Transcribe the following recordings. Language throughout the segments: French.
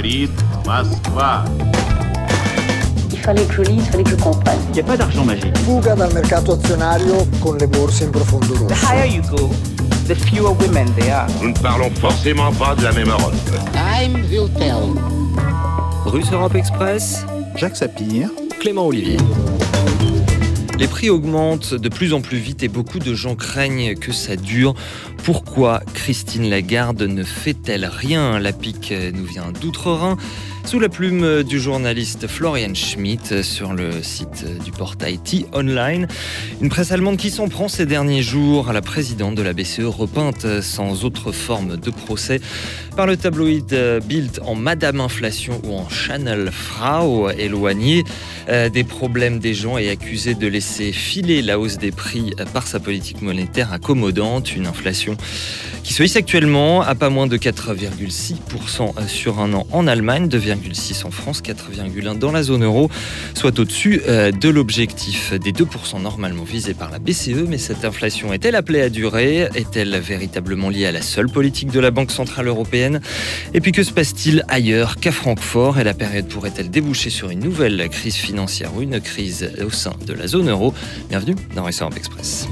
говорит Москва. Il fallait que je lise, il fallait que je comprenne. Il n'y a pas d'argent magique. Fuga dal mercato azionario con le borse in profondo rosso. The higher you go, the fewer women there are. Nous ne parlons forcément pas de la même Europe. Time will tell. Russe Europe Express, Jacques Sapir, Clément Olivier. Les prix augmentent de plus en plus vite et beaucoup de gens craignent que ça dure. Pourquoi Christine Lagarde ne fait-elle rien ? La pique nous vient d'Outre-Rhin. Sous la plume du journaliste Florian Schmitt sur le site du portail T-Online. Une presse allemande qui s'en prend ces derniers jours à la présidente de la BCE repeinte sans autre forme de procès par le tabloïd Bild en Madame Inflation ou en Channel Frau, éloignée des problèmes des gens et accusée de laisser filer la hausse des prix par sa politique monétaire accommodante, une inflation qui se hisse actuellement à pas moins de 4,6% sur un an en Allemagne, 2,6% en France, 4,1% dans la zone euro, soit au-dessus de l'objectif des 2% normalement visés par la BCE. Mais cette inflation est-elle appelée à durer ? Est-elle véritablement liée à la seule politique de la Banque Centrale Européenne ? Et puis que se passe-t-il ailleurs qu'à Francfort ? Et la période pourrait-elle déboucher sur une nouvelle crise financière ou une crise au sein de la zone euro ? Bienvenue dans Russe Europe Express.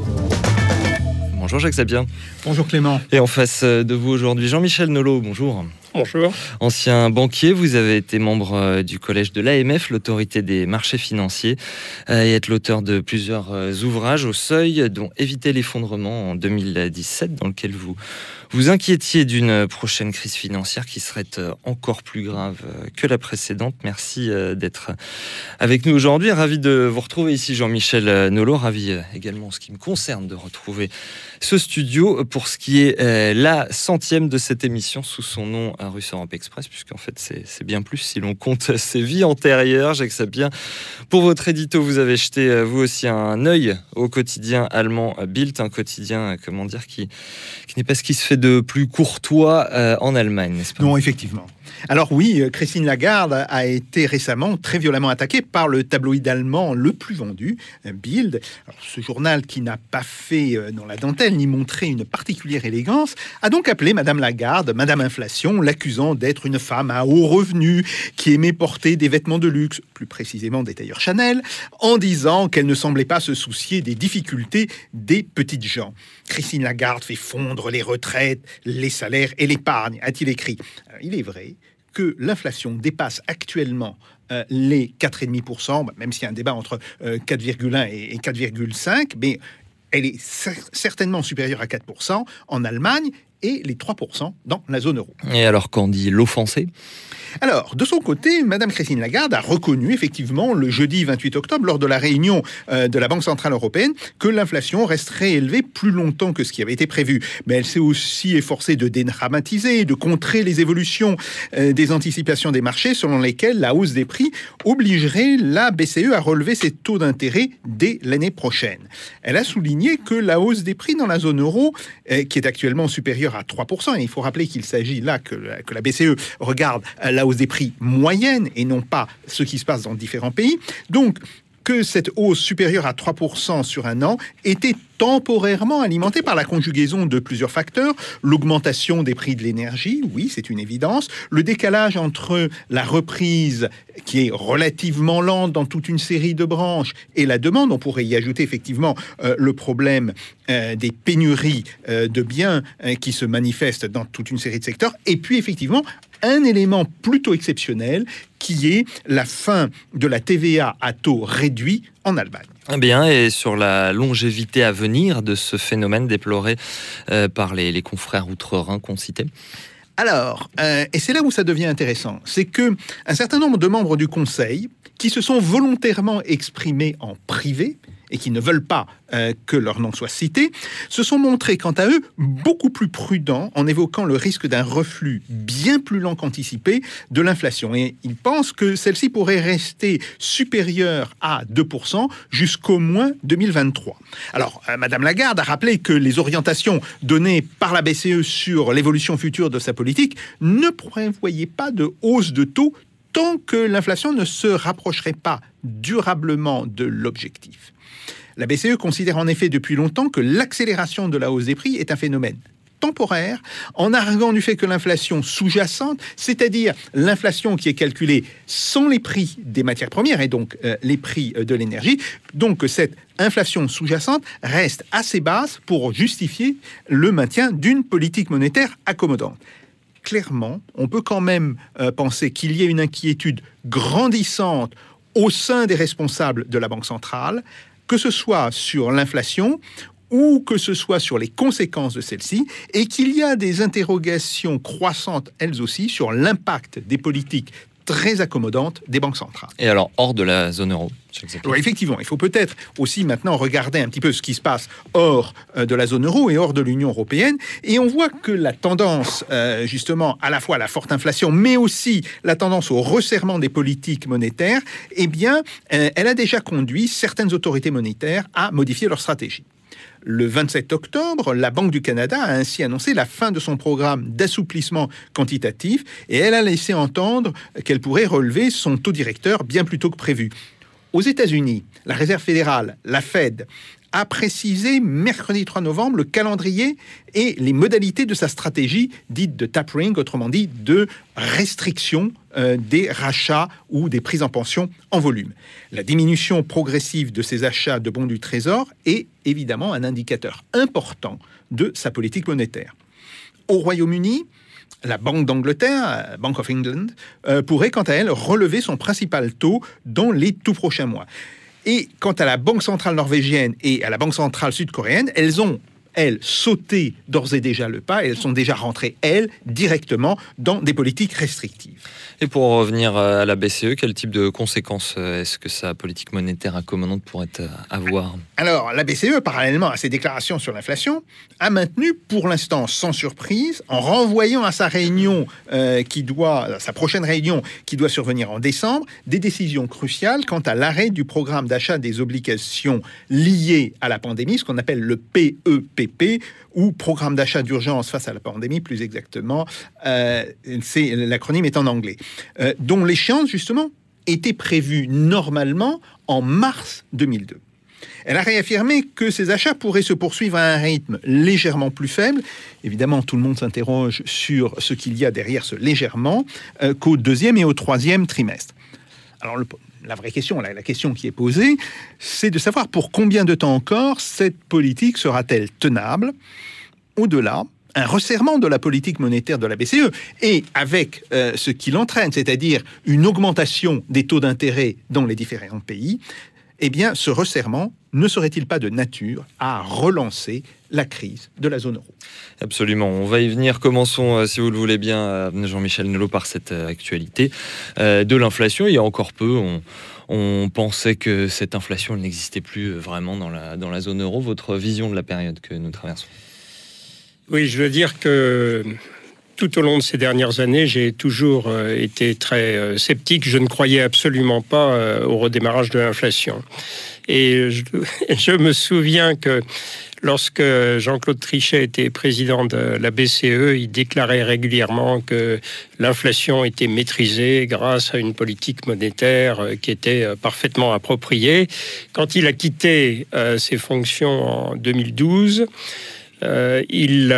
Bonjour Jacques Sapir. Bonjour Clément. Et en face de vous aujourd'hui, Jean-Michel Nolot, bonjour. Bonjour. Ancien banquier, vous avez été membre du collège de l'AMF, l'autorité des marchés financiers, et êtes l'auteur de plusieurs ouvrages au seuil, dont Éviter l'effondrement en 2017, dans lequel vous vous inquiétiez d'une prochaine crise financière qui serait encore plus grave que la précédente. Merci d'être avec nous aujourd'hui. Ravi de vous retrouver ici, Jean-Michel Nolot. Ravi également, en ce qui me concerne, de retrouver ce studio pour ce qui est la 100e de cette émission sous son nom Russe Europe Express, puisqu'en fait c'est bien plus si l'on compte ses vies antérieures. Jacques Sapir, pour votre édito, vous avez jeté vous aussi un œil au quotidien allemand Bild, un quotidien, comment dire, qui n'est pas ce qui se fait de plus courtois en Allemagne, n'est-ce pas ? Non, effectivement. Alors oui, Christine Lagarde a été récemment très violemment attaquée par le tabloïd allemand le plus vendu, Bild. Alors, ce journal qui n'a pas fait dans la dentelle ni montré une particulière élégance a donc appelé Madame Lagarde Madame Inflation, l'accusant d'être une femme à haut revenu qui aimait porter des vêtements de luxe, plus précisément des tailleurs Chanel, en disant qu'elle ne semblait pas se soucier des difficultés des petites gens. Christine Lagarde fait fondre les retraites, les salaires et l'épargne, a-t-il écrit. Alors, il est vrai que l'inflation dépasse actuellement les 4,5%, même s'il y a un débat entre 4,1 et 4,5, mais elle est certainement supérieure à 4% en Allemagne et les 3% dans la zone euro. Et alors, qu'en dit l'offensé ? Alors, de son côté, Madame Christine Lagarde a reconnu effectivement le jeudi 28 octobre, lors de la réunion de la Banque Centrale Européenne, que l'inflation resterait élevée plus longtemps que ce qui avait été prévu. Mais elle s'est aussi efforcée de dédramatiser, de contrer les évolutions des anticipations des marchés selon lesquelles la hausse des prix obligerait la BCE à relever ses taux d'intérêt dès l'année prochaine. Elle a souligné que la hausse des prix dans la zone euro, qui est actuellement supérieure à 3%, et il faut rappeler qu'il s'agit là que la BCE regarde la hausse des prix moyenne et non pas ce qui se passe dans différents pays. Donc, que cette hausse supérieure à 3% sur un an était temporairement alimentée par la conjugaison de plusieurs facteurs. L'augmentation des prix de l'énergie, oui, c'est une évidence. Le décalage entre la reprise, qui est relativement lente dans toute une série de branches, et la demande. On pourrait y ajouter effectivement le problème des pénuries de biens qui se manifestent dans toute une série de secteurs. Et puis effectivement, un élément plutôt exceptionnel qui est la fin de la TVA à taux réduit en Allemagne. Bien, et sur la longévité à venir de ce phénomène déploré par les confrères outre-Rhin qu'on citait ? Alors, et c'est là où ça devient intéressant, c'est que un certain nombre de membres du Conseil qui se sont volontairement exprimés en privé et qui ne veulent pas que leur nom soit cité, se sont montrés, quant à eux, beaucoup plus prudents en évoquant le risque d'un reflux bien plus lent qu'anticipé de l'inflation. Et ils pensent que celle-ci pourrait rester supérieure à 2% jusqu'au moins 2023. Alors, Madame Lagarde a rappelé que les orientations données par la BCE sur l'évolution future de sa politique ne prévoyaient pas de hausse de taux tant que l'inflation ne se rapprocherait pas durablement de l'objectif. La BCE considère en effet depuis longtemps que l'accélération de la hausse des prix est un phénomène temporaire, en arguant du fait que l'inflation sous-jacente, c'est-à-dire l'inflation qui est calculée sans les prix des matières premières et donc les prix de l'énergie, donc que cette inflation sous-jacente reste assez basse pour justifier le maintien d'une politique monétaire accommodante. Clairement, on peut quand même penser qu'il y ait une inquiétude grandissante au sein des responsables de la Banque centrale, que ce soit sur l'inflation ou que ce soit sur les conséquences de celle-ci, et qu'il y a des interrogations croissantes, elles aussi, sur l'impact des politiques très accommodantes des banques centrales. Et alors, hors de la zone euro? Oui, effectivement, il faut peut-être aussi maintenant regarder un petit peu ce qui se passe hors de la zone euro et hors de l'Union européenne. Et on voit que la tendance, justement, à la fois à la forte inflation, mais aussi la tendance au resserrement des politiques monétaires, eh bien, elle a déjà conduit certaines autorités monétaires à modifier leur stratégie. Le 27 octobre, la Banque du Canada a ainsi annoncé la fin de son programme d'assouplissement quantitatif et elle a laissé entendre qu'elle pourrait relever son taux directeur bien plus tôt que prévu. Aux États-Unis, la Réserve fédérale, la Fed, a précisé mercredi 3 novembre le calendrier et les modalités de sa stratégie dite de tapering, autrement dit de restriction des rachats ou des prises en pension en volume. La diminution progressive de ces achats de bons du Trésor est évidemment un indicateur important de sa politique monétaire. Au Royaume-Uni, la Banque d'Angleterre, Bank of England, pourrait quant à elle relever son principal taux dans les tout prochains mois. Et quant à la Banque centrale norvégienne et à la Banque centrale sud-coréenne, elles ont, elles, sauté d'ores et déjà le pas et elles sont déjà rentrées, elles, directement dans des politiques restrictives. Et pour revenir à la BCE, quel type de conséquences est-ce que sa politique monétaire accommodante pourrait avoir? Alors, la BCE, parallèlement à ses déclarations sur l'inflation, a maintenu pour l'instant sans surprise, en renvoyant à sa réunion sa prochaine réunion qui doit survenir en décembre, des décisions cruciales quant à l'arrêt du programme d'achat des obligations liées à la pandémie, ce qu'on appelle le PEPP, ou programme d'achat d'urgence face à la pandémie, plus exactement, l'acronyme est en anglais, dont l'échéance, justement, était prévue normalement en mars 2002. Elle a réaffirmé que ces achats pourraient se poursuivre à un rythme légèrement plus faible. Évidemment, tout le monde s'interroge sur ce qu'il y a derrière ce légèrement, qu'au deuxième et au troisième trimestre. Alors, la vraie question, la question qui est posée, c'est de savoir pour combien de temps encore cette politique sera-t-elle tenable. Au-delà, un resserrement de la politique monétaire de la BCE et avec ce qu'il entraîne, c'est-à-dire une augmentation des taux d'intérêt dans les différents pays, eh bien, ce resserrement ne serait-il pas de nature à relancer la crise de la zone euro? Absolument, on va y venir. Commençons, si vous le voulez bien, Jean-Michel Nello, par cette actualité de l'inflation. Il y a encore peu, on pensait que cette inflation n'existait plus vraiment dans la zone euro. Votre vision de la période que nous traversons? Oui, je veux dire que tout au long de ces dernières années, j'ai toujours été très sceptique. Je ne croyais absolument pas au redémarrage de l'inflation. Et je me souviens que lorsque Jean-Claude Trichet était président de la BCE, il déclarait régulièrement que l'inflation était maîtrisée grâce à une politique monétaire qui était parfaitement appropriée. Quand il a quitté ses fonctions en 2012, il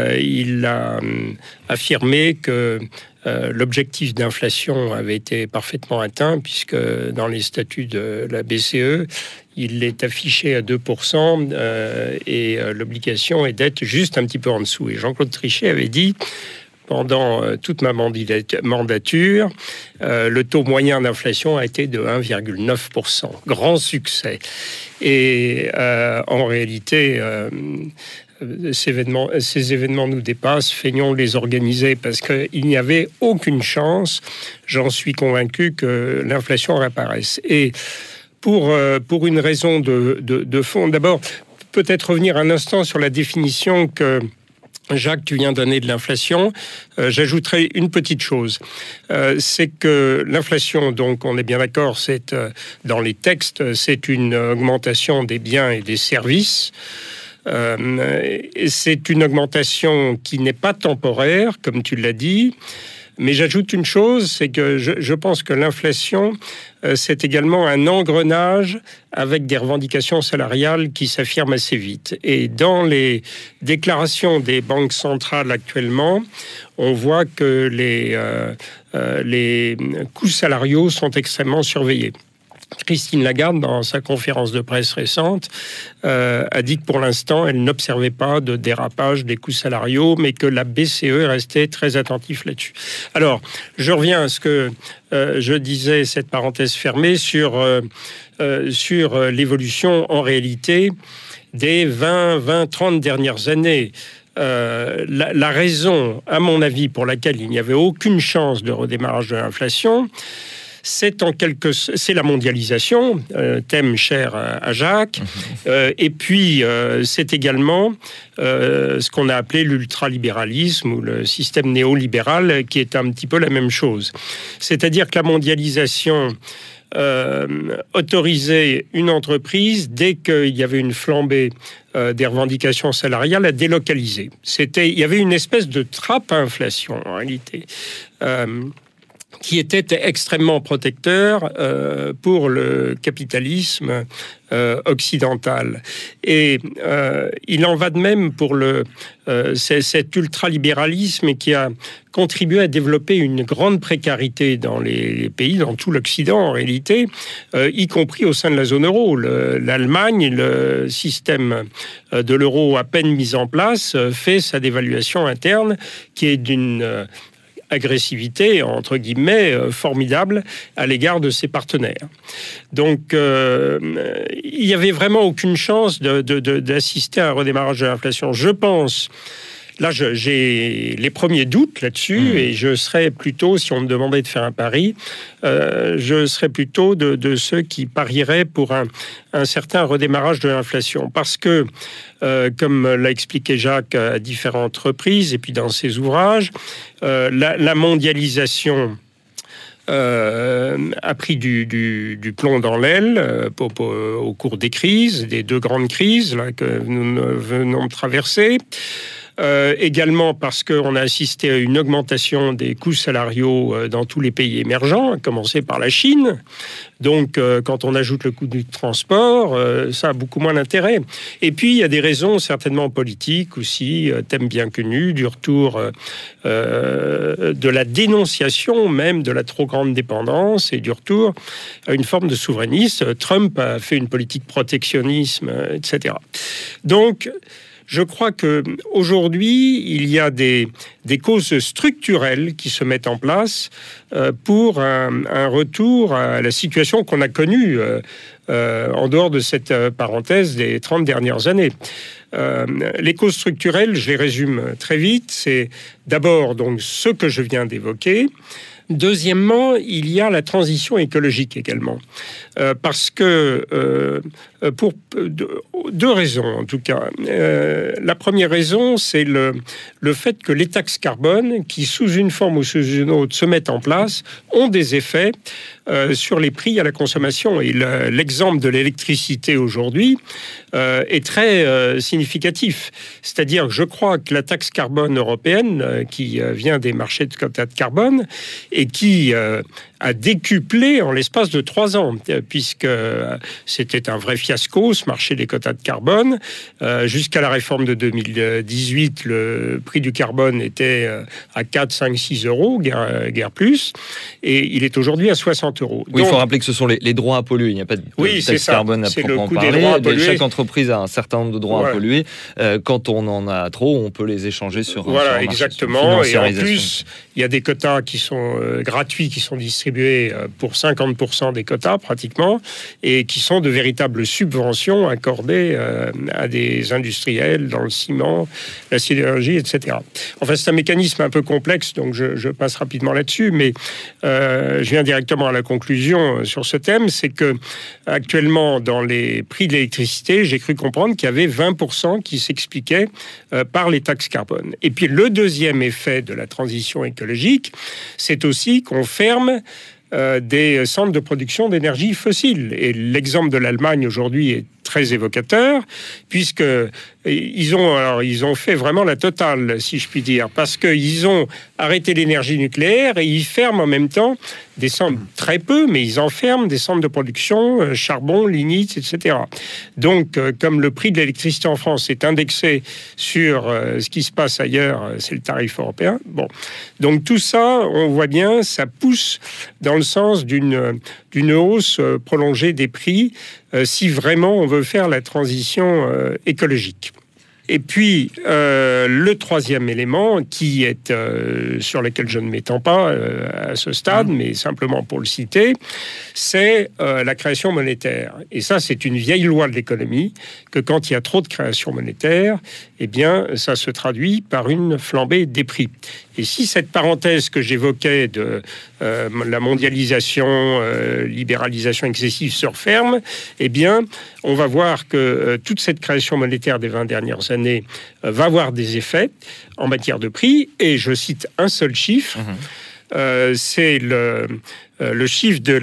a affirmé que l'objectif d'inflation avait été parfaitement atteint, puisque dans les statuts de la BCE, il est affiché à 2% et l'obligation est d'être juste un petit peu en dessous. Et Jean-Claude Trichet avait dit, pendant toute ma mandature, le taux moyen d'inflation a été de 1,9%. Grand succès. Et en réalité, ces événements nous dépassent, feignons de les organiser parce qu'il n'y avait aucune chance, j'en suis convaincu, que l'inflation réapparaisse. Et pour une raison de fond, d'abord, peut-être revenir un instant sur la définition que Jacques, tu viens de donner de l'inflation. J'ajouterai une petite chose. C'est que l'inflation, donc on est bien d'accord, c'est dans les textes, c'est une augmentation des biens et des services. C'est une augmentation qui n'est pas temporaire, comme tu l'as dit. Mais j'ajoute une chose, c'est que je pense que l'inflation, c'est également un engrenage avec des revendications salariales qui s'affirment assez vite. Et dans les déclarations des banques centrales actuellement, on voit que les coûts salariaux sont extrêmement surveillés. Christine Lagarde, dans sa conférence de presse récente, a dit que pour l'instant, elle n'observait pas de dérapage des coûts salariaux, mais que la BCE restait très attentif là-dessus. Alors, je reviens à ce que je disais, cette parenthèse fermée, sur l'évolution, en réalité, des 20, 30 dernières années. La raison, à mon avis, pour laquelle il n'y avait aucune chance de redémarrage de l'inflation, c'est la mondialisation, thème cher à Jacques, et puis c'est également ce qu'on a appelé l'ultralibéralisme ou le système néolibéral, qui est un petit peu la même chose. C'est-à-dire que la mondialisation autorisait une entreprise, dès qu'il y avait une flambée des revendications salariales, à délocaliser. Il y avait une espèce de trappe à inflation, en réalité, qui était extrêmement protecteur pour le capitalisme occidental. Et il en va de même pour cet ultralibéralisme qui a contribué à développer une grande précarité dans les pays, dans tout l'Occident en réalité, y compris au sein de la zone euro. L'Allemagne, le système de l'euro à peine mis en place, fait sa dévaluation interne qui est d'une agressivité, entre guillemets, formidable à l'égard de ses partenaires. Donc, il n'y avait vraiment aucune chance d'assister à un redémarrage de l'inflation. Je pense, là, j'ai les premiers doutes là-dessus, et je serais plutôt, si on me demandait de faire un pari, je serais plutôt de ceux qui parieraient pour un certain redémarrage de l'inflation. Parce que, comme l'a expliqué Jacques à différentes reprises, et puis dans ses ouvrages, la mondialisation a pris du plomb dans l'aile au cours des crises, des deux grandes crises là, que nous venons de traverser. Également parce qu'on a assisté à une augmentation des coûts salariaux dans tous les pays émergents, à commencer par la Chine. Donc, quand on ajoute le coût du transport, ça a beaucoup moins d'intérêt. Et puis, il y a des raisons certainement politiques aussi, thème bien connu, du retour de la dénonciation même de la trop grande dépendance et du retour à une forme de souverainisme. Trump a fait une politique protectionnisme, etc. Donc, je crois qu'aujourd'hui, il y a des causes structurelles qui se mettent en place pour un retour à la situation qu'on a connue en dehors de cette parenthèse des 30 dernières années. Les causes structurelles, je les résume très vite, c'est d'abord donc ce que je viens d'évoquer. Deuxièmement, il y a la transition écologique également. Parce que, pour deux raisons en tout cas. La première raison, c'est le fait que les taxes carbone, qui sous une forme ou sous une autre se mettent en place, ont des effets sur les prix à la consommation. Et l'exemple de l'électricité aujourd'hui est très significatif. C'est-à-dire que je crois que la taxe carbone européenne, qui vient des marchés de quotas de carbone, et qui a décuplé en l'espace de 3 ans, puisque c'était un vrai fiasco, ce marché des quotas de carbone. Jusqu'à la réforme de 2018, le prix du carbone était à 4, 5, 6 euros, guère plus, et il est aujourd'hui à 60 euros. Oui, il faut rappeler que ce sont les droits à polluer, il n'y a pas de taxe carbone à proprement parler. Chaque entreprise a un certain nombre de droits à polluer. Quand on en a trop, on peut les échanger sur voilà, sur exactement. Et en plus, il y a des quotas qui sont gratuits, qui sont distribués pour 50% des quotas pratiquement, et qui sont de véritables subventions accordées à des industriels dans le ciment, la sidérurgie, etc. Enfin, c'est un mécanisme un peu complexe, donc je passe rapidement là-dessus, mais je viens directement à la conclusion sur ce thème, c'est que actuellement, dans les prix de l'électricité, j'ai cru comprendre qu'il y avait 20% qui s'expliquaient par les taxes carbone. Et puis, le deuxième effet de la transition écologique, c'est aussi qu'on ferme des centres de production d'énergie fossile. Et l'exemple de l'Allemagne aujourd'hui est très évocateur, puisque ils ont fait vraiment la totale, si je puis dire, parce qu'ils ont arrêté l'énergie nucléaire et ils ferment en même temps des centres, très peu, mais ils enferment des centres de production, charbon, lignite, etc. Donc, comme le prix de l'électricité en France est indexé sur ce qui se passe ailleurs, c'est le tarif européen. Bon, donc tout ça, on voit bien, ça pousse dans le sens d'une hausse prolongée des prix si vraiment on veut faire la transition écologique. Et puis, le troisième élément, qui est sur lequel je ne m'étends pas à ce stade, mais simplement pour le citer, c'est la création monétaire. Et ça, c'est une vieille loi de l'économie, que quand il y a trop de création monétaire, eh bien, ça se traduit par une flambée des prix. Et si cette parenthèse que j'évoquais de la mondialisation, libéralisation excessive se referme, eh bien, on va voir que toute cette création monétaire des 20 dernières années va avoir des effets en matière de prix. Et je cite un seul chiffre, c'est le chiffre de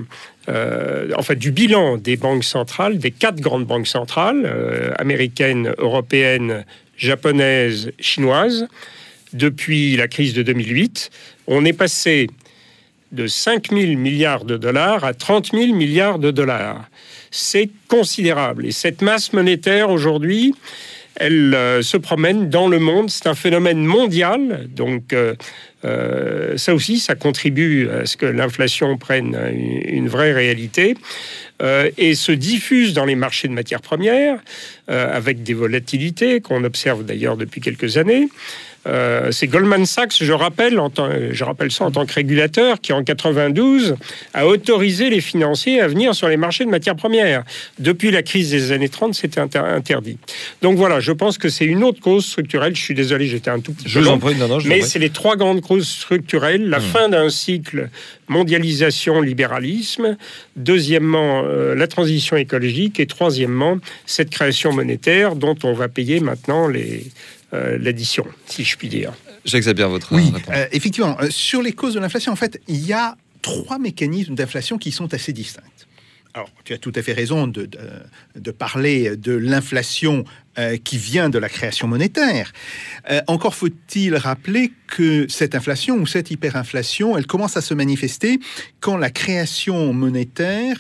du bilan des banques centrales, des 4 grandes banques centrales, américaines, européennes, japonaises, chinoises. Depuis la crise de 2008, on est passé de 5 000 milliards de dollars à 30 000 milliards de dollars. C'est considérable. Et cette masse monétaire, aujourd'hui, elle se promène dans le monde. C'est un phénomène mondial. Donc, ça aussi, ça contribue à ce que l'inflation prenne une vraie réalité et se diffuse dans les marchés de matières premières avec des volatilités qu'on observe d'ailleurs depuis quelques années. C'est Goldman Sachs, je rappelle ça en tant que régulateur, qui en 92 a autorisé les financiers à venir sur les marchés de matières premières. Depuis la crise des années 30, c'était interdit. Donc voilà, je pense que c'est une autre cause structurelle. Je suis désolé, j'étais un tout petit peu long, mais c'est les 3 grandes causes structurelles. La fin d'un cycle mondialisation, libéralisme. Deuxièmement, la transition écologique. Et troisièmement, cette création monétaire dont on va payer maintenant l'addition, si je puis dire. Jacques bien votre réponse. Effectivement, sur les causes de l'inflation, en fait, il y a 3 mécanismes d'inflation qui sont assez distincts. Alors, tu as tout à fait raison de parler de l'inflation qui vient de la création monétaire. Encore faut-il rappeler que cette inflation ou cette hyperinflation, elle commence à se manifester quand la création monétaire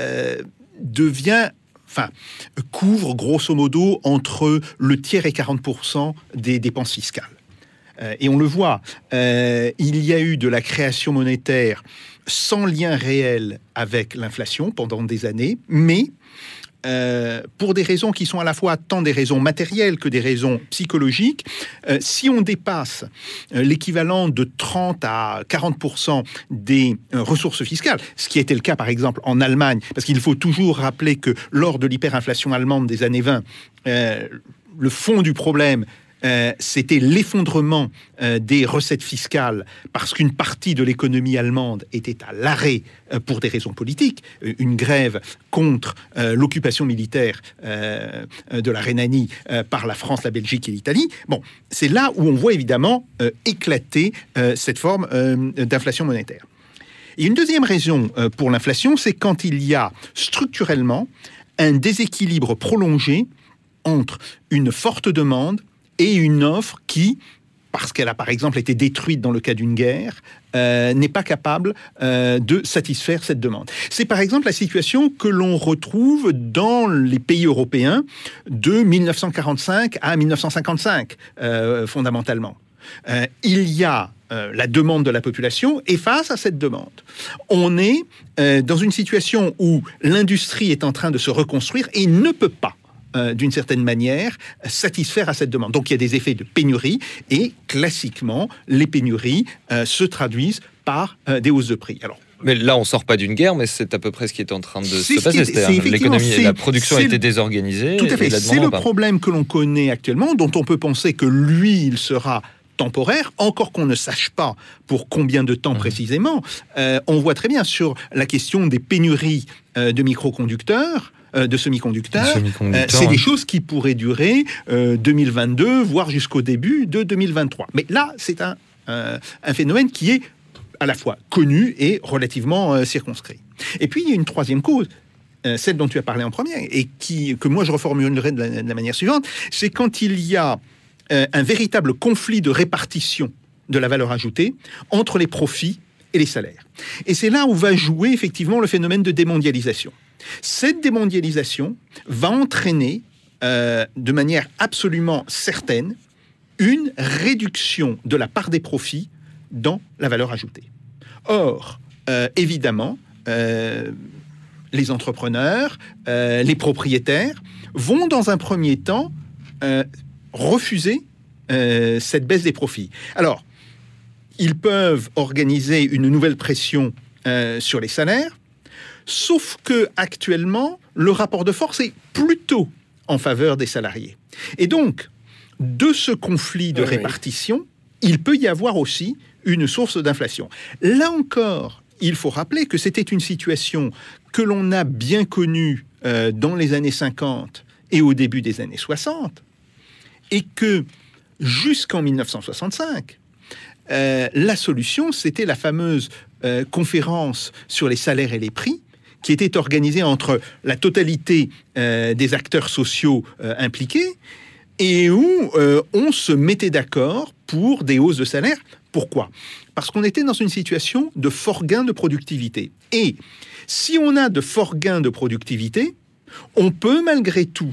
couvre grosso modo entre le tiers et 40% des dépenses fiscales. Et on le voit, il y a eu de la création monétaire sans lien réel avec l'inflation pendant des années, mais pour des raisons qui sont à la fois tant des raisons matérielles que des raisons psychologiques, si on dépasse l'équivalent de 30 à 40% des ressources fiscales, ce qui était le cas par exemple en Allemagne, parce qu'il faut toujours rappeler que lors de l'hyperinflation allemande des années 20, le fond du problème, c'était l'effondrement des recettes fiscales parce qu'une partie de l'économie allemande était à l'arrêt pour des raisons politiques, une grève contre l'occupation militaire de la Rhénanie par la France, la Belgique et l'Italie. Bon, c'est là où on voit évidemment éclater cette forme d'inflation monétaire. Et une deuxième raison pour l'inflation, c'est quand il y a structurellement un déséquilibre prolongé entre une forte demande et une offre qui, parce qu'elle a par exemple été détruite dans le cas d'une guerre, n'est pas capable de satisfaire cette demande. C'est par exemple la situation que l'on retrouve dans les pays européens de 1945 à 1955, fondamentalement. Il y a la demande de la population, et face à cette demande, on est dans une situation où l'industrie est en train de se reconstruire et ne peut pas d'une certaine manière, satisfaire à cette demande. Donc il y a des effets de pénurie, et classiquement, les pénuries se traduisent par des hausses de prix. Alors, mais là, on ne sort pas d'une guerre, mais c'est à peu près ce qui est en train de se passer. L'économie et la production a été désorganisée. Tout à fait. C'est le problème que l'on connaît actuellement, dont on peut penser que lui, il sera temporaire, encore qu'on ne sache pas pour combien de temps précisément. On voit très bien sur la question des pénuries de microconducteurs, de semi-conducteurs, c'est des choses qui pourraient durer 2022, voire jusqu'au début de 2023. Mais là, c'est un phénomène qui est à la fois connu et relativement circonscrit. Et puis, il y a une troisième cause, celle dont tu as parlé en premier, et que moi je reformulerai de la manière suivante, c'est quand il y a un véritable conflit de répartition de la valeur ajoutée entre les profits et les salaires. Et c'est là où va jouer effectivement le phénomène de démondialisation. Cette démondialisation va entraîner de manière absolument certaine une réduction de la part des profits dans la valeur ajoutée. Or, évidemment, les entrepreneurs, les propriétaires vont dans un premier temps refuser cette baisse des profits. Alors, ils peuvent organiser une nouvelle pression sur les salaires, sauf que actuellement, le rapport de force est plutôt en faveur des salariés. Et donc, de ce conflit de répartition, il peut y avoir aussi une source d'inflation. Là encore, il faut rappeler que c'était une situation que l'on a bien connue dans les années 50 et au début des années 60, et que jusqu'en 1965, la solution, c'était la fameuse conférence sur les salaires et les prix, qui était organisée entre la totalité des acteurs sociaux impliqués, et où on se mettait d'accord pour des hausses de salaire. Pourquoi ? Parce qu'on était dans une situation de fort gain de productivité. Et si on a de forts gains de productivité, on peut malgré tout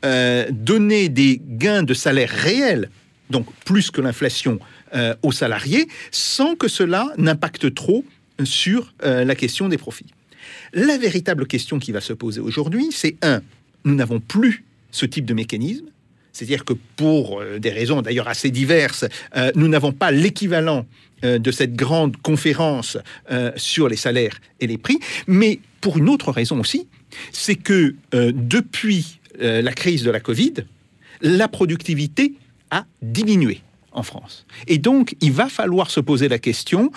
donner des gains de salaire réels, donc plus que l'inflation, aux salariés, sans que cela n'impacte trop sur la question des profits. La véritable question qui va se poser aujourd'hui, c'est nous n'avons plus ce type de mécanisme, c'est-à-dire que pour des raisons d'ailleurs assez diverses, nous n'avons pas l'équivalent de cette grande conférence sur les salaires et les prix, mais pour une autre raison aussi, c'est que depuis la crise de la Covid, la productivité a diminué en France. Et donc, il va falloir se poser la question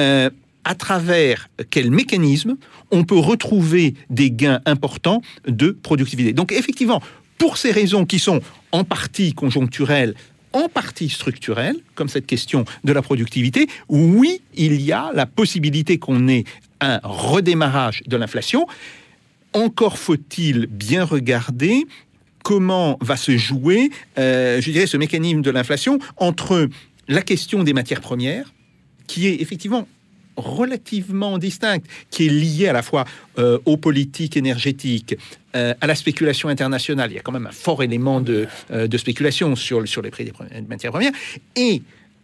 à travers quel mécanisme on peut retrouver des gains importants de productivité. Donc, effectivement, pour ces raisons qui sont en partie conjoncturelles, en partie structurelles, comme cette question de la productivité, oui, il y a la possibilité qu'on ait un redémarrage de l'inflation. Encore faut-il bien regarder comment va se jouer, je dirais, ce mécanisme de l'inflation entre la question des matières premières, qui est effectivement relativement distincte, qui est liée à la fois aux politiques énergétiques, à la spéculation internationale. Il y a quand même un fort élément de spéculation sur les prix des matières premières, et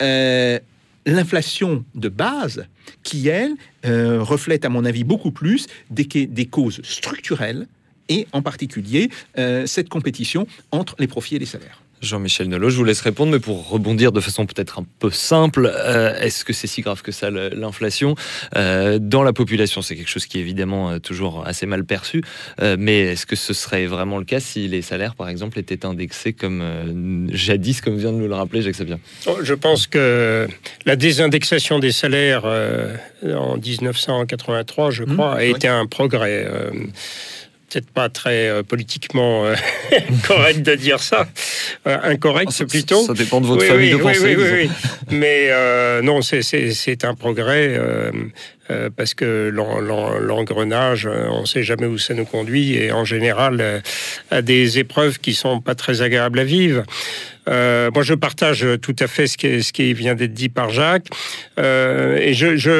l'inflation de base, qui, elle, reflète, à mon avis, beaucoup plus des causes structurelles, et en particulier cette compétition entre les profits et les salaires. Jean-Michel Nolot, je vous laisse répondre, mais pour rebondir de façon peut-être un peu simple, est-ce que c'est si grave que ça, l'inflation dans la population? C'est quelque chose qui est évidemment toujours assez mal perçu, mais est-ce que ce serait vraiment le cas si les salaires, par exemple, étaient indexés comme jadis, comme vient de nous le rappeler Jacques Sapien? Je pense que la désindexation des salaires en 1983, je crois, a été un progrès. Peut-être pas très politiquement correct de dire ça, incorrect plutôt. Ça dépend de votre famille de pensée. Oui. Mais non, c'est un progrès parce que l'engrenage, on ne sait jamais où ça nous conduit, et en général à des épreuves qui sont pas très agréables à vivre. Moi, je partage tout à fait ce qui vient d'être dit par Jacques, et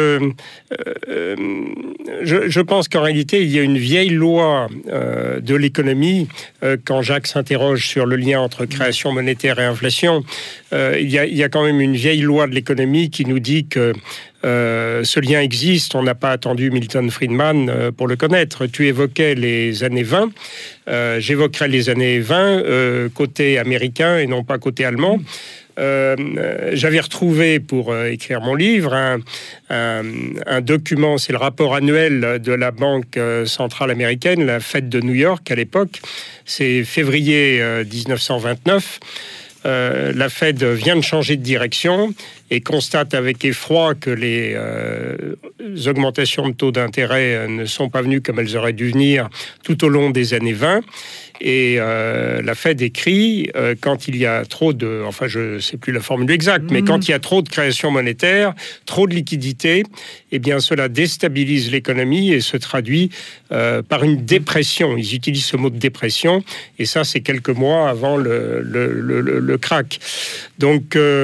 je pense qu'en réalité, il y a une vieille loi de l'économie. Quand Jacques s'interroge sur le lien entre création monétaire et inflation, il y a quand même une vieille loi de l'économie qui nous dit que ce lien existe. On n'a pas attendu Milton Friedman pour le connaître. Tu évoquais les années 20. J'évoquerai les années 20 côté américain et non pas côté allemand. J'avais retrouvé pour écrire mon livre un document, c'est le rapport annuel de la Banque centrale américaine, la Fed de New York à l'époque. C'est février 1929. La Fed vient de changer de direction et constate avec effroi que les augmentations de taux d'intérêt ne sont pas venues comme elles auraient dû venir tout au long des années 20. Et la Fed écrit quand il y a trop de, enfin je ne sais plus la formule exacte, mais quand il y a trop de création monétaire, trop de liquidité, eh bien cela déstabilise l'économie et se traduit par une dépression. Ils utilisent ce mot de dépression, et ça c'est quelques mois avant le crack. Donc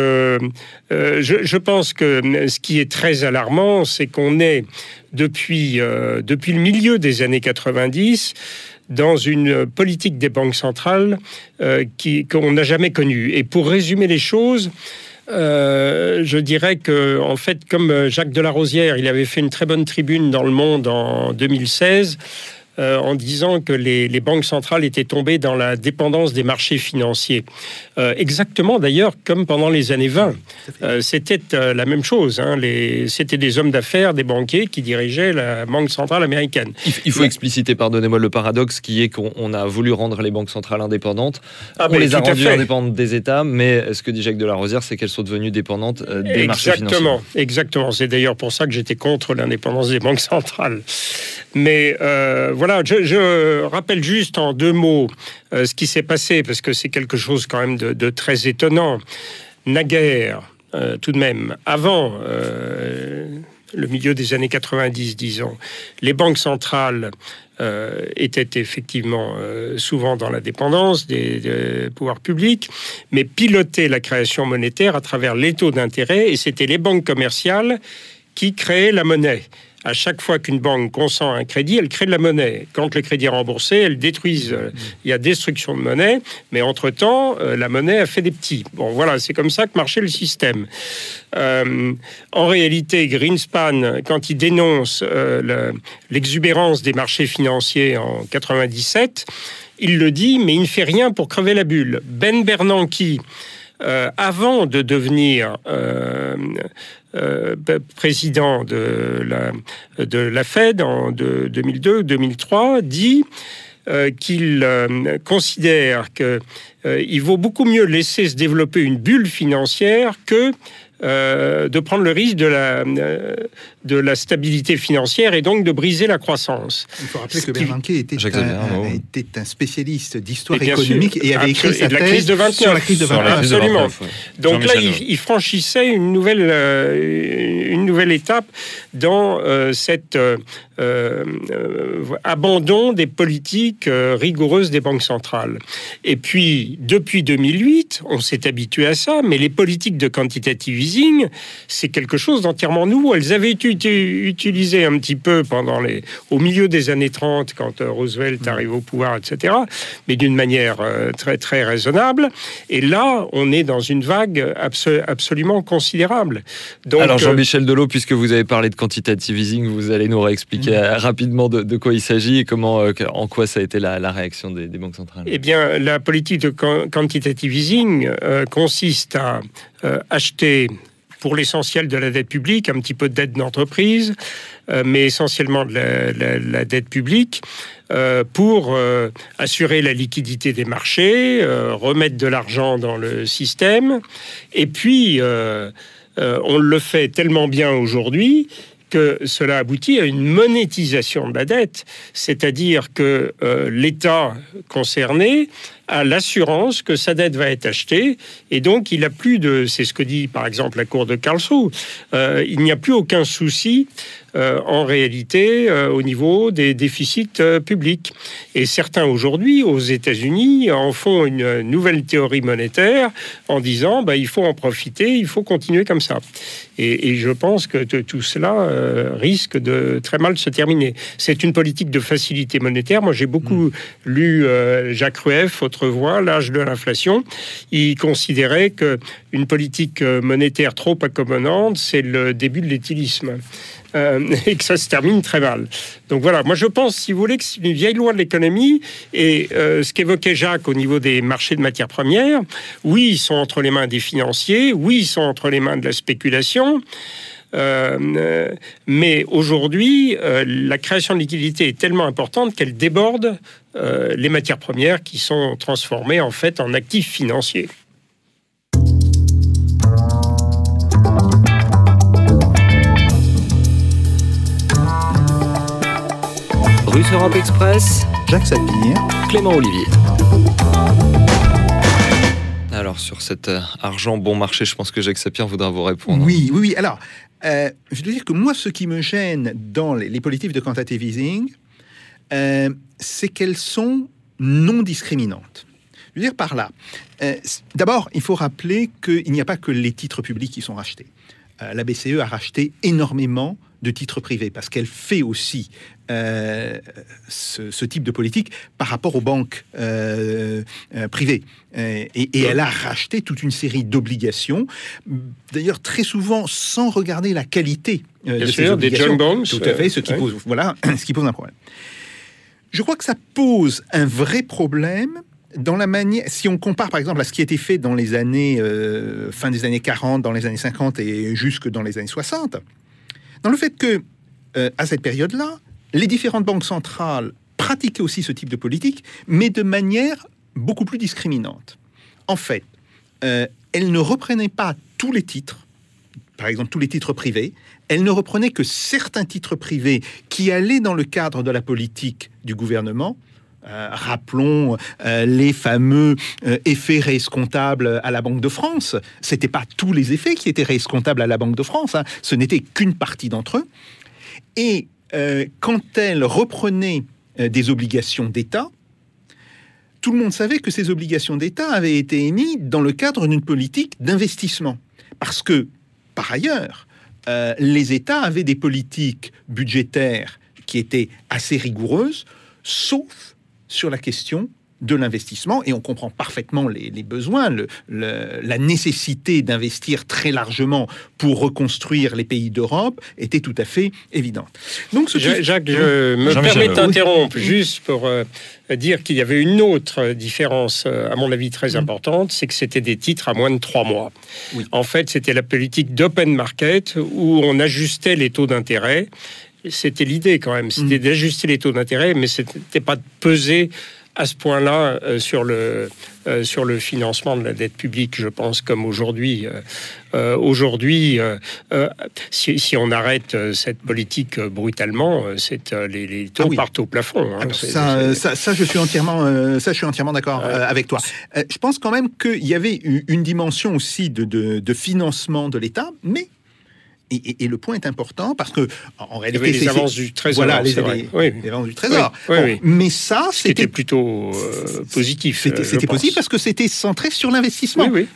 je pense que ce qui est très alarmant, c'est qu'on est depuis le milieu des années 90 dans une politique des banques centrales qu'on n'a jamais connue. Et pour résumer les choses, je dirais que, en fait, comme Jacques Delarosière, il avait fait une très bonne tribune dans Le Monde en 2016, en disant que les banques centrales étaient tombées dans la dépendance des marchés financiers. Exactement, d'ailleurs, comme pendant les années 20. C'était la même chose. C'était des hommes d'affaires, des banquiers qui dirigeaient la Banque centrale américaine. Il faut expliciter, pardonnez-moi, le paradoxe qui est qu'on a voulu rendre les banques centrales indépendantes. On les a rendues indépendantes des États, mais ce que dit Jacques Delarosière, c'est qu'elles sont devenues dépendantes des marchés financiers. Exactement. C'est d'ailleurs pour ça que j'étais contre l'indépendance des banques centrales. Mais voilà, je rappelle juste en 2 mots ce qui s'est passé, parce que c'est quelque chose quand même de très étonnant. Naguère, tout de même, avant le milieu des années 90, disons, les banques centrales étaient effectivement souvent dans la dépendance des pouvoirs publics, mais pilotaient la création monétaire à travers les taux d'intérêt, et c'était les banques commerciales qui créaient la monnaie. À chaque fois qu'une banque consent un crédit, elle crée de la monnaie. Quand le crédit est remboursé, elle détruise. Il y a destruction de monnaie, mais entre-temps, la monnaie a fait des petits. Bon, voilà, c'est comme ça que marchait le système. En réalité, Greenspan, quand il dénonce l'exubérance des marchés financiers en 97, il le dit, mais il ne fait rien pour crever la bulle. Ben Bernanke, avant de devenir président de la Fed en 2002-2003, dit qu'il considère qu'il vaut beaucoup mieux laisser se développer une bulle financière que de prendre le risque de la stabilité financière et donc de briser la croissance. Il faut rappeler que Bernanke était un spécialiste d'histoire économique et avait écrit sa thèse sur la crise de 29. Absolument. Donc là, il franchissait une nouvelle étape dans cet abandon des politiques rigoureuses des banques centrales. Et puis, depuis 2008, on s'est habitué à ça, mais les politiques de quantitative easing, c'est quelque chose d'entièrement nouveau. Elles avaient été utilisées un petit peu au milieu des années 30, quand Roosevelt arrive au pouvoir, etc., mais d'une manière très, très raisonnable. Et là, on est dans une vague absolument considérable. Donc, alors, Jean-Michel Delot, puisque vous avez parlé de quantitative easing, vous allez nous réexpliquer rapidement de quoi il s'agit et en quoi ça a été la réaction des banques centrales. Eh bien, la politique de quantitative easing consiste à acheter pour l'essentiel de la dette publique, un petit peu de dette d'entreprise, mais essentiellement de la dette publique, pour assurer la liquidité des marchés, remettre de l'argent dans le système. Et puis, on le fait tellement bien aujourd'hui que cela aboutit à une monétisation de la dette, c'est-à-dire que l'État concerné a l'assurance que sa dette va être achetée, et donc il n'a plus c'est ce que dit par exemple la Cour de Karlsruhe, il n'y a plus aucun souci en réalité au niveau des déficits publics. Et certains aujourd'hui aux États-Unis en font une nouvelle théorie monétaire en disant il faut en profiter, il faut continuer comme ça. Et je pense que tout cela risque de très mal se terminer. C'est une politique de facilité monétaire. Moi, j'ai beaucoup lu Jacques Rueff, Autrevoix, L'âge de l'inflation. Il considérait qu'une politique monétaire trop accommodante, c'est le début de l'éthylisme. Et que ça se termine très mal. Donc voilà, moi je pense, si vous voulez, que c'est une vieille loi de l'économie, et ce qu'évoquait Jacques au niveau des marchés de matières premières, oui, ils sont entre les mains des financiers, oui, ils sont entre les mains de la spéculation, mais aujourd'hui, la création de liquidité est tellement importante qu'elle déborde les matières premières qui sont transformées en fait en actifs financiers. Russe Europe Express, Jacques Sapir, Clément Olivier. Alors, sur cet argent bon marché, je pense que Jacques Sapir voudra vous répondre. Oui. Alors, je dois dire que moi, ce qui me gêne dans les politiques de quantitative easing, c'est qu'elles sont non discriminantes. Je veux dire par là, d'abord, il faut rappeler qu'il n'y a pas que les titres publics qui sont rachetés. La BCE a racheté énormément de titres privés parce qu'elle fait aussi ce type de politique par rapport aux banques privées. Et elle a racheté toute une série d'obligations, d'ailleurs très souvent sans regarder la qualité de ces obligations. Des junk bonds. Tout à fait, ce qui pose un problème. Je crois que ça pose un vrai problème dans la manière, si on compare par exemple à ce qui a été fait dans les années, fin des années 40, dans les années 50 et jusque dans les années 60, dans le fait que, à cette période-là, les différentes banques centrales pratiquaient aussi ce type de politique, mais de manière beaucoup plus discriminante. En fait, elles ne reprenaient pas tous les titres, par exemple tous les titres privés, elles ne reprenaient que certains titres privés qui allaient dans le cadre de la politique du gouvernement. Rappelons les fameux effets réescomptables à la Banque de France. C'était pas tous les effets qui étaient réescomptables à la Banque de France, hein. Ce n'était qu'une partie d'entre eux. Et quand elle reprenait des obligations d'État, tout le monde savait que ces obligations d'État avaient été émises dans le cadre d'une politique d'investissement. Parce que, par ailleurs, les États avaient des politiques budgétaires qui étaient assez rigoureuses, sauf sur la question de l'investissement, et on comprend parfaitement les besoins, la nécessité d'investir très largement pour reconstruire les pays d'Europe était tout à fait évidente. Donc, Jacques, je me permets de t'interrompre juste pour dire qu'il y avait une autre différence, à mon avis très importante, c'est que c'était des titres à moins de 3 mois. Oui. En fait, c'était la politique d'open market où on ajustait les taux d'intérêt. C'était l'idée quand même, c'était d'ajuster les taux d'intérêt, mais c'était pas de peser à ce point-là sur le financement de la dette publique, je pense, comme aujourd'hui. Si on arrête cette politique brutalement, les taux partent au plafond. Hein. Ça, je suis entièrement d'accord avec toi. Je pense quand même qu'il y avait une dimension aussi de financement de l'État, mais et le point est important parce que en réalité, les avances du Trésor. Voilà, les avances du Trésor. Oui. Mais ça, c'était plutôt positif. C'était positif parce que c'était centré sur l'investissement. Oui.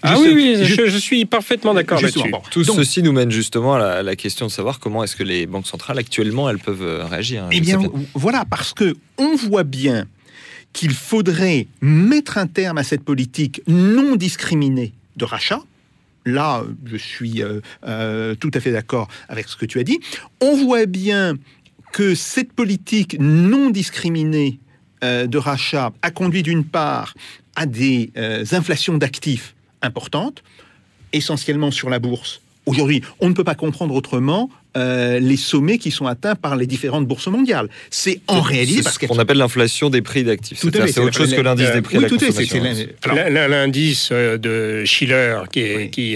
Je suis parfaitement d'accord là-dessus. Tout ceci nous mène justement à la question de savoir comment est-ce que les banques centrales actuellement elles peuvent réagir. Eh bien, voilà, parce que on voit bien qu'il faudrait mettre un terme à cette politique non discriminée de rachat. Là, je suis tout à fait d'accord avec ce que tu as dit. On voit bien que cette politique non discriminée de rachat a conduit d'une part à des inflations d'actifs importantes, essentiellement sur la bourse. Aujourd'hui, on ne peut pas comprendre autrement les sommets qui sont atteints par les différentes bourses mondiales. C'est en réalité parce qu'on appelle l'inflation des prix d'actifs. C'est autre chose que l'indice des prix à la consommation. L'indice de Shiller, qui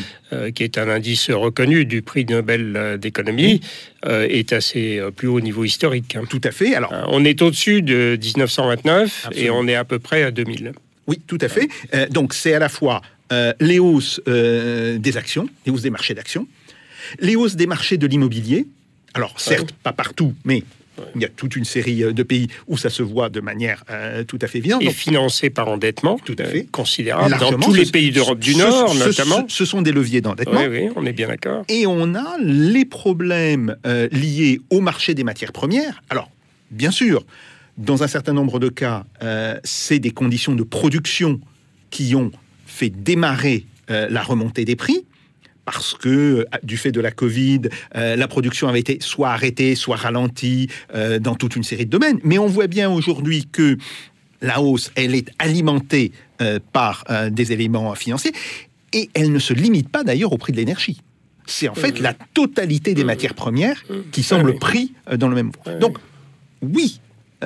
est un indice reconnu du prix Nobel d'économie, est assez plus haut niveau historique. Tout à fait. Alors, on est au-dessus de 1929 et on est à peu près à 2000. Oui, tout à fait. Donc, c'est à la fois les hausses des actions, les hausses des marchés d'actions, les hausses des marchés de l'immobilier. Alors, certes, pas partout, mais il y a toute une série de pays où ça se voit de manière tout à fait évidente. Et financé par endettement, tout à fait considérable, dans tous les pays d'Europe du Nord, notamment. Ce sont des leviers d'endettement. Oui, on est bien d'accord. Et on a les problèmes liés au marché des matières premières. Alors, bien sûr, dans un certain nombre de cas, c'est des conditions de production qui ont fait démarrer la remontée des prix, parce que, du fait de la Covid, la production avait été soit arrêtée, soit ralentie dans toute une série de domaines. Mais on voit bien aujourd'hui que la hausse, elle est alimentée par des éléments financiers, et elle ne se limite pas d'ailleurs au prix de l'énergie. C'est en fait la totalité des matières premières qui semble pris dans le même mouvement. Donc, oui,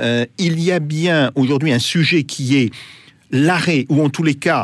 il y a bien aujourd'hui un sujet qui est l'arrêt, ou en tous les cas,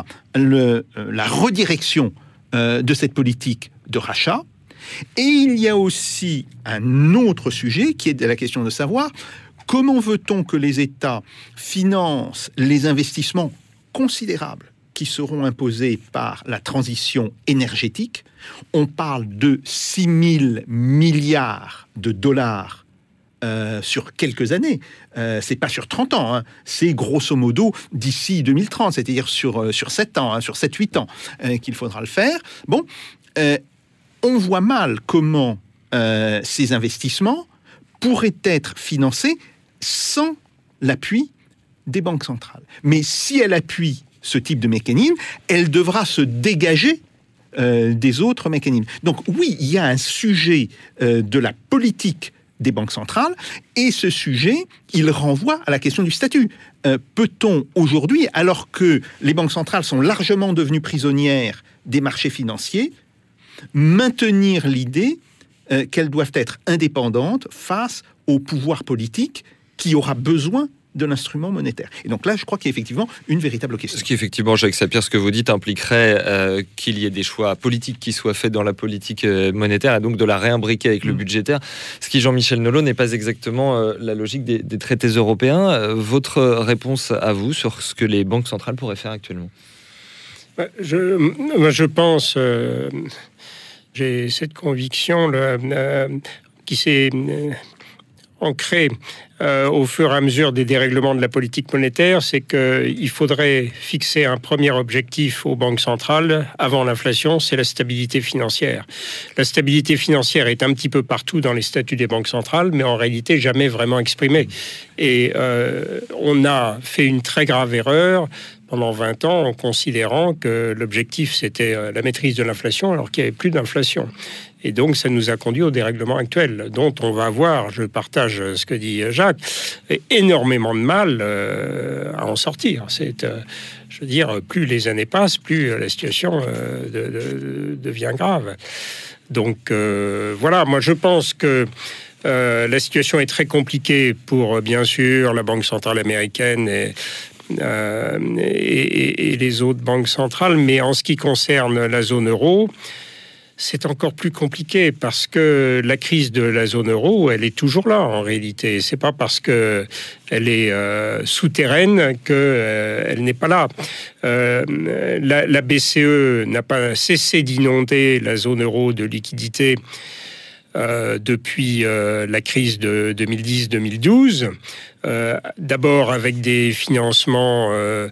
la redirection de cette politique de rachat. Et il y a aussi un autre sujet qui est la question de savoir Comment veut-on que les États financent les investissements considérables qui seront imposés par la transition énergétique? On parle de 6 000 milliards de dollars sur quelques années. C'est pas sur 30 ans, hein. C'est grosso modo d'ici 2030, c'est-à-dire sur 7 ans, hein, sur 7-8 ans qu'il faudra le faire. Bon, on voit mal comment ces investissements pourraient être financés sans l'appui des banques centrales. Mais si elle appuie ce type de mécanisme, elle devra se dégager des autres mécanismes. Donc oui, il y a un sujet de la politique des banques centrales, et ce sujet, il renvoie à la question du statut. Peut-on aujourd'hui, alors que les banques centrales sont largement devenues prisonnières des marchés financiers, maintenir l'idée qu'elles doivent être indépendantes face au pouvoir politique qui aura besoin de l'instrument monétaire. Et donc là, je crois qu'il y a effectivement une véritable question. Ce qui, effectivement, Jacques Sapir, ce que vous dites impliquerait qu'il y ait des choix politiques qui soient faits dans la politique monétaire et donc de la réimbriquer avec le budgétaire. Ce qui, Jean-Michel Nolot, n'est pas exactement la logique des traités européens. Votre réponse à vous sur ce que les banques centrales pourraient faire actuellement? Je pense, j'ai cette conviction qui s'est ancrée au fur et à mesure des dérèglements de la politique monétaire, c'est qu'il faudrait fixer un premier objectif aux banques centrales avant l'inflation, c'est la stabilité financière. La stabilité financière est un petit peu partout dans les statuts des banques centrales, mais en réalité jamais vraiment exprimée. Et on a fait une très grave erreur pendant 20 ans en considérant que l'objectif c'était la maîtrise de l'inflation alors qu'il n'y avait plus d'inflation. Et donc ça nous a conduit au dérèglement actuel dont on va avoir, je partage ce que dit Jacques, énormément de mal à en sortir. C'est, je veux dire, plus les années passent, plus la situation devient grave. Donc voilà, moi je pense que la situation est très compliquée pour, bien sûr, la Banque centrale américaine et les autres banques centrales, mais en ce qui concerne la zone euro, c'est encore plus compliqué parce que la crise de la zone euro, elle est toujours là en réalité. C'est pas parce que elle est souterraine que elle n'est pas là. La BCE n'a pas cessé d'inonder la zone euro de liquidités depuis la crise de 2010-2012. D'abord avec des financements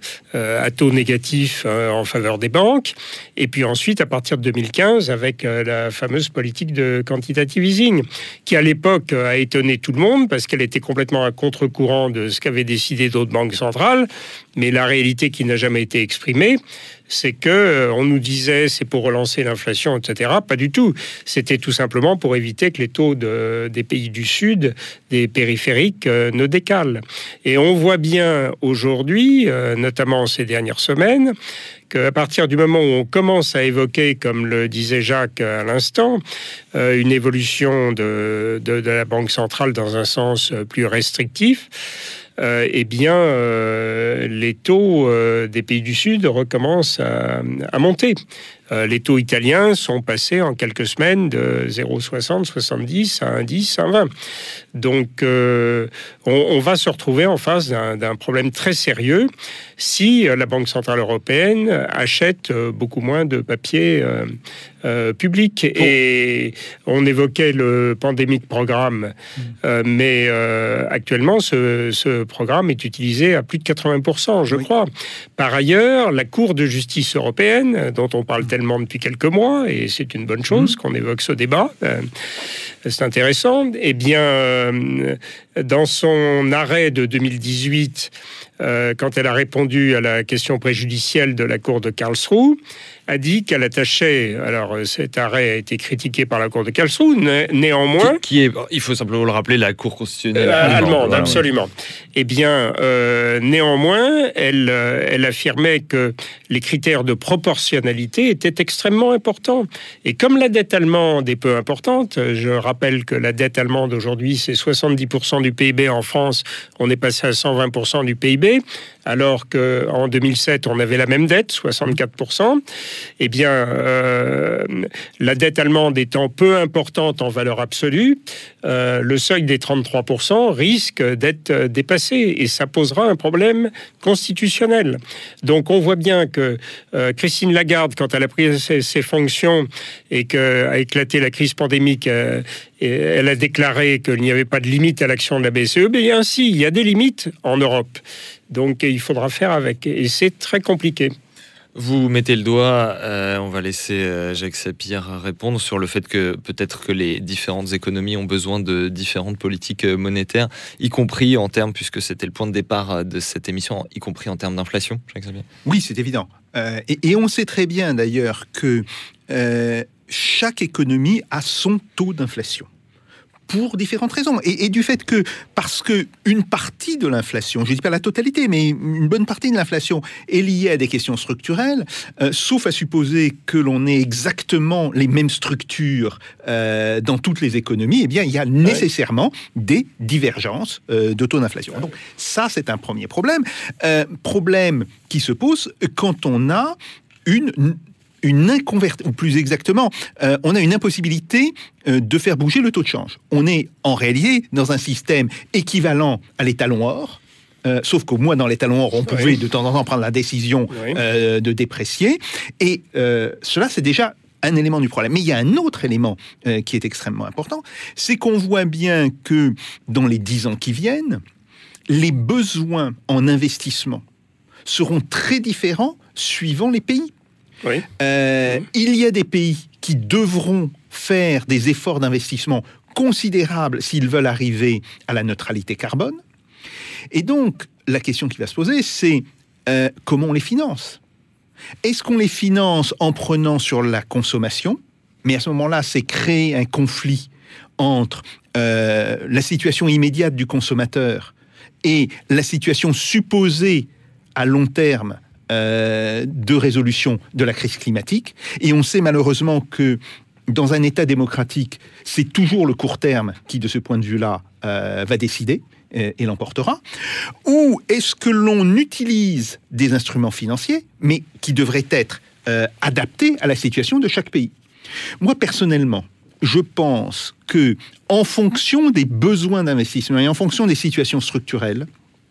à taux négatifs en faveur des banques, et puis ensuite à partir de 2015 avec la fameuse politique de quantitative easing, qui à l'époque a étonné tout le monde parce qu'elle était complètement à contre-courant de ce qu'avaient décidé d'autres banques centrales, mais la réalité qui n'a jamais été exprimée, c'est que on nous disait c'est pour relancer l'inflation, etc. Pas du tout. C'était tout simplement pour éviter que les taux des pays du Sud, des périphériques, ne décalent. Et on voit bien aujourd'hui, notamment ces dernières semaines, qu'à partir du moment où on commence à évoquer, comme le disait Jacques à l'instant, une évolution de la Banque centrale dans un sens plus restrictif, eh bien, les taux des pays du Sud recommencent à monter. Les taux italiens sont passés en quelques semaines de 0,60, 70 à 1,10, 1,20. Donc, on va se retrouver en face d'un problème très sérieux si la Banque centrale européenne achète beaucoup moins de papier public. Et on évoquait le Pandemic Programme, mais actuellement, ce programme est utilisé à plus de 80%, je crois. Par ailleurs, la Cour de justice européenne, dont on parle tellement depuis quelques mois, et c'est une bonne chose qu'on évoque ce débat, c'est intéressant, eh bien, dans son arrêt de 2018, quand elle a répondu à la question préjudicielle de la Cour de Karlsruhe, a dit qu'elle attachait, alors cet arrêt a été critiqué par la Cour de Karlsruhe, néanmoins... Qui est, il faut simplement le rappeler, la Cour constitutionnelle allemande, absolument. Eh bien, néanmoins, elle affirmait que les critères de proportionnalité étaient extrêmement importants. Et comme la dette allemande est peu importante, je rappelle que la dette allemande aujourd'hui, c'est 70% du PIB en France, on est passé à 120% du PIB, alors qu'en 2007, on avait la même dette, 64%. Eh bien, la dette allemande étant peu importante en valeur absolue, le seuil des 33% risque d'être dépassé et ça posera un problème constitutionnel. Donc on voit bien que Christine Lagarde, quand elle a pris ses fonctions et qu'a éclaté la crise pandémique, elle a déclaré qu'il n'y avait pas de limite à l'action de la BCE, mais ainsi, il y a des limites en Europe. Donc il faudra faire avec et c'est très compliqué. Vous mettez le doigt, on va laisser Jacques Sapir répondre sur le fait que peut-être que les différentes économies ont besoin de différentes politiques monétaires, y compris en termes, puisque c'était le point de départ de cette émission, y compris en termes d'inflation, Jacques Sapir. Oui, c'est évident. Et on sait très bien d'ailleurs que chaque économie a son taux d'inflation. Pour différentes raisons. Et du fait que, parce que une partie de l'inflation, je ne dis pas la totalité, mais une bonne partie de l'inflation est liée à des questions structurelles, sauf à supposer que l'on ait exactement les mêmes structures dans toutes les économies, eh bien, il y a nécessairement des divergences de taux d'inflation. Donc, ça, c'est un premier problème. Problème qui se pose quand on a une inconvertibilité, ou plus exactement, on a une impossibilité de faire bouger le taux de change. On est en réalité dans un système équivalent à l'étalon or, sauf qu'au moins dans l'étalon or, on pouvait de temps en temps prendre la décision de déprécier, et cela c'est déjà un élément du problème. Mais il y a un autre élément qui est extrêmement important, c'est qu'on voit bien que dans les 10 ans qui viennent, les besoins en investissement seront très différents suivant les pays. Oui. Il y a des pays qui devront faire des efforts d'investissement considérables s'ils veulent arriver à la neutralité carbone. Et donc, la question qui va se poser, c'est comment on les finance ? Est-ce qu'on les finance en prenant sur la consommation ? Mais à ce moment-là, c'est créer un conflit entre la situation immédiate du consommateur et la situation supposée à long terme de résolution de la crise climatique. Et on sait malheureusement que dans un État démocratique, c'est toujours le court terme qui, de ce point de vue-là, va décider et l'emportera. Ou est-ce que l'on utilise des instruments financiers, mais qui devraient être adaptés à la situation de chaque pays ? Moi, personnellement, je pense que, en fonction des besoins d'investissement et en fonction des situations structurelles,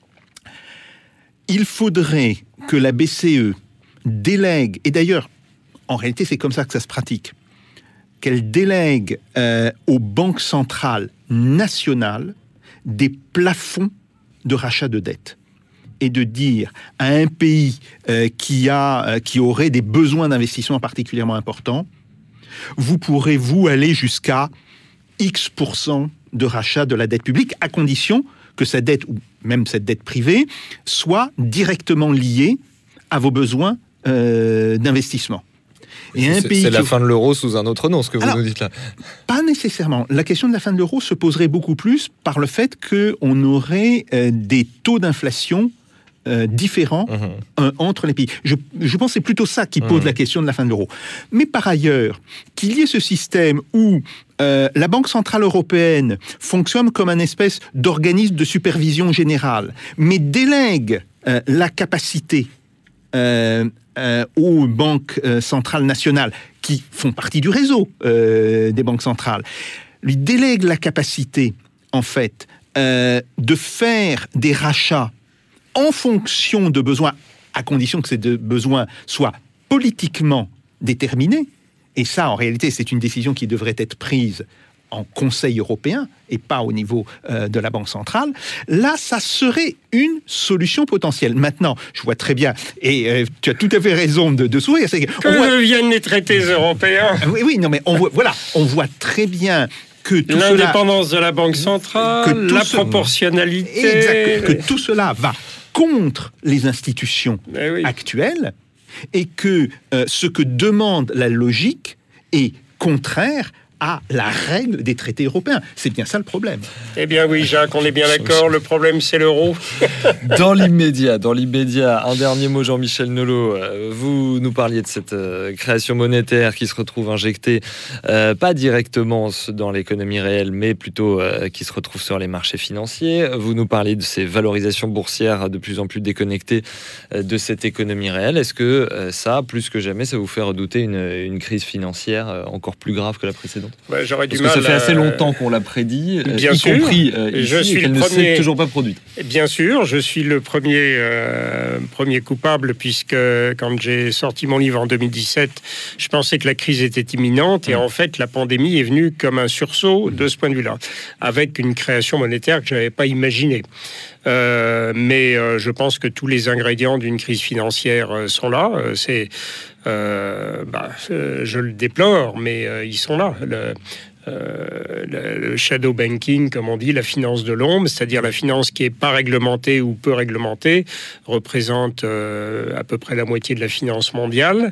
il faudrait que la BCE délègue, et d'ailleurs, en réalité, c'est comme ça que ça se pratique, qu'elle délègue aux banques centrales nationales des plafonds de rachat de dette. Et de dire à un pays qui aurait des besoins d'investissement particulièrement importants, vous pourrez, aller jusqu'à X% de rachat de la dette publique, à condition que sa dette, ou même cette dette privée, soit directement liée à vos besoins d'investissement. Et c'est la fin de l'euro sous un autre nom, ce que vous nous dites là. Pas nécessairement. La question de la fin de l'euro se poserait beaucoup plus par le fait qu'on aurait des taux d'inflation différents entre les pays. Je pense que c'est plutôt ça qui pose la question de la fin de l'euro. Mais par ailleurs, qu'il y ait ce système où la Banque Centrale Européenne fonctionne comme un espèce d'organisme de supervision générale, mais délègue la capacité aux banques centrales nationales, qui font partie du réseau des banques centrales, lui délègue la capacité, en fait, de faire des rachats en fonction de besoins, à condition que ces besoins soient politiquement déterminés. Et ça, en réalité, c'est une décision qui devrait être prise en Conseil européen et pas au niveau de la Banque centrale. Là, ça serait une solution potentielle. Maintenant, je vois très bien, et tu as tout à fait raison de sourire. Que deviennent les traités européens ? Oui, non, mais on voit très bien que tout l'indépendance de la Banque centrale, la proportionnalité... Exact, que tout cela va contre les institutions actuelles et que ce que demande la logique est contraire à la règle des traités européens. C'est bien ça le problème. Eh bien oui, Jacques, on est bien d'accord. Le problème, c'est l'euro. Dans l'immédiat, un dernier mot, Jean-Michel Nolot. Vous nous parliez de cette création monétaire qui se retrouve injectée, pas directement dans l'économie réelle, mais plutôt qui se retrouve sur les marchés financiers. Vous nous parliez de ces valorisations boursières de plus en plus déconnectées de cette économie réelle. Est-ce que ça, plus que jamais, ça vous fait redouter une crise financière encore plus grave que la précédente? J'aurais du Parce que mal ça fait assez longtemps qu'on l'a prédit, bien y sûr, compris ici, et qu'elle ne s'est toujours pas produite. Bien sûr, je suis le premier coupable, puisque quand j'ai sorti mon livre en 2017, je pensais que la crise était imminente, et en fait, la pandémie est venue comme un sursaut de ce point de vue-là, avec une création monétaire que je n'avais pas imaginée. Mais je pense que tous les ingrédients d'une crise financière sont là. Je le déplore, mais ils sont là. Le shadow banking, comme on dit, la finance de l'ombre, c'est-à-dire la finance qui n'est pas réglementée ou peu réglementée, représente à peu près la moitié de la finance mondiale.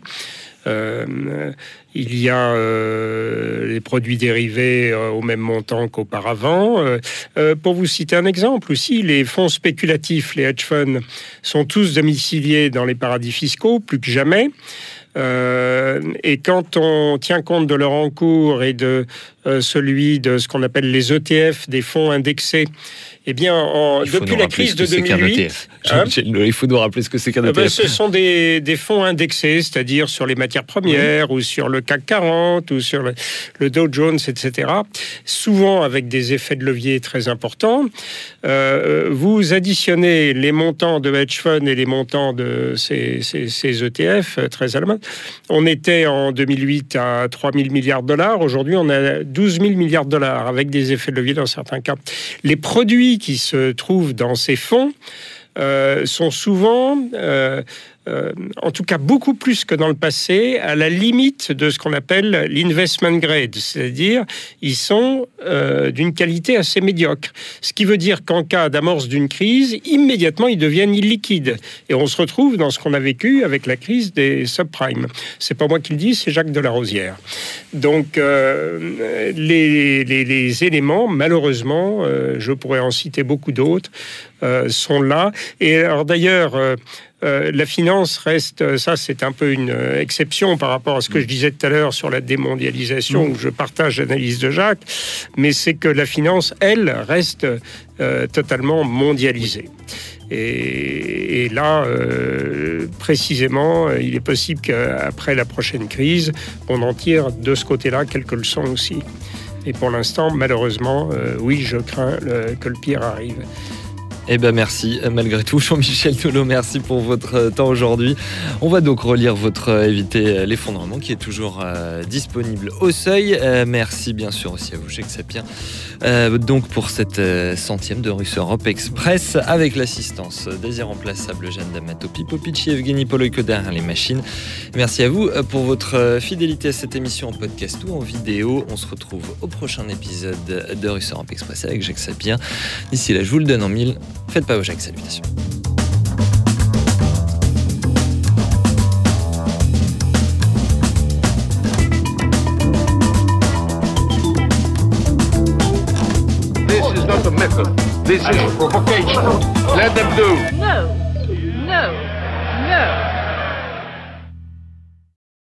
Il y a les produits dérivés au même montant qu'auparavant. Pour vous citer un exemple aussi, les fonds spéculatifs, les hedge funds, sont tous domiciliés dans les paradis fiscaux, plus que jamais. Et quand on tient compte de leur encours et de celui de ce qu'on appelle les ETF, des fonds indexés, eh bien, depuis la crise de 2008... il faut nous rappeler ce que c'est qu'un ETF. Ce sont des fonds indexés, c'est-à-dire sur les matières premières, ou sur le CAC 40, ou sur le Dow Jones, etc. Souvent avec des effets de levier très importants. Vous additionnez les montants de hedge funds et les montants de ces ETF très à la mode. On était en 2008 à 3 000 milliards de dollars. Aujourd'hui, on a 12 000 milliards de dollars, avec des effets de levier dans certains cas. Les produits qui se trouvent dans ces fonds sont souvent, en tout cas beaucoup plus que dans le passé, à la limite de ce qu'on appelle l'investment grade, c'est-à-dire ils sont d'une qualité assez médiocre. Ce qui veut dire qu'en cas d'amorce d'une crise, immédiatement ils deviennent illiquides. Et on se retrouve dans ce qu'on a vécu avec la crise des subprimes. C'est pas moi qui le dis, c'est Jacques Delarosière. Donc les éléments, malheureusement, je pourrais en citer beaucoup d'autres, sont là. Et alors d'ailleurs, la finance reste, ça c'est un peu une exception par rapport à ce que je disais tout à l'heure sur la démondialisation, où je partage l'analyse de Jacques, mais c'est que la finance, elle, reste totalement mondialisée. Et là, précisément, il est possible qu'après la prochaine crise, on en tire de ce côté-là quelques leçons aussi. Et pour l'instant, malheureusement, oui, je crains que le pire arrive. Eh bien merci, malgré tout, Jean-Michel Nolot, merci pour votre temps aujourd'hui. On va donc relire votre Éviter l'effondrement qui est toujours disponible au Seuil. Merci bien sûr aussi à vous, Jacques Sapien, donc pour cette 100e de Russe Europe Express, avec l'assistance des irremplaçables Jeanne D'Amato, Pipo Picci, Evgeny Poloyko derrière les machines. Merci à vous pour votre fidélité à cette émission en podcast ou en vidéo. On se retrouve au prochain épisode de Russe Europe Express avec Jacques Sapien. D'ici là, je vous le donne en mille. Faites pas vos Jacques, salutations. This is not a method. This is provocation. Let them do. No, no, no.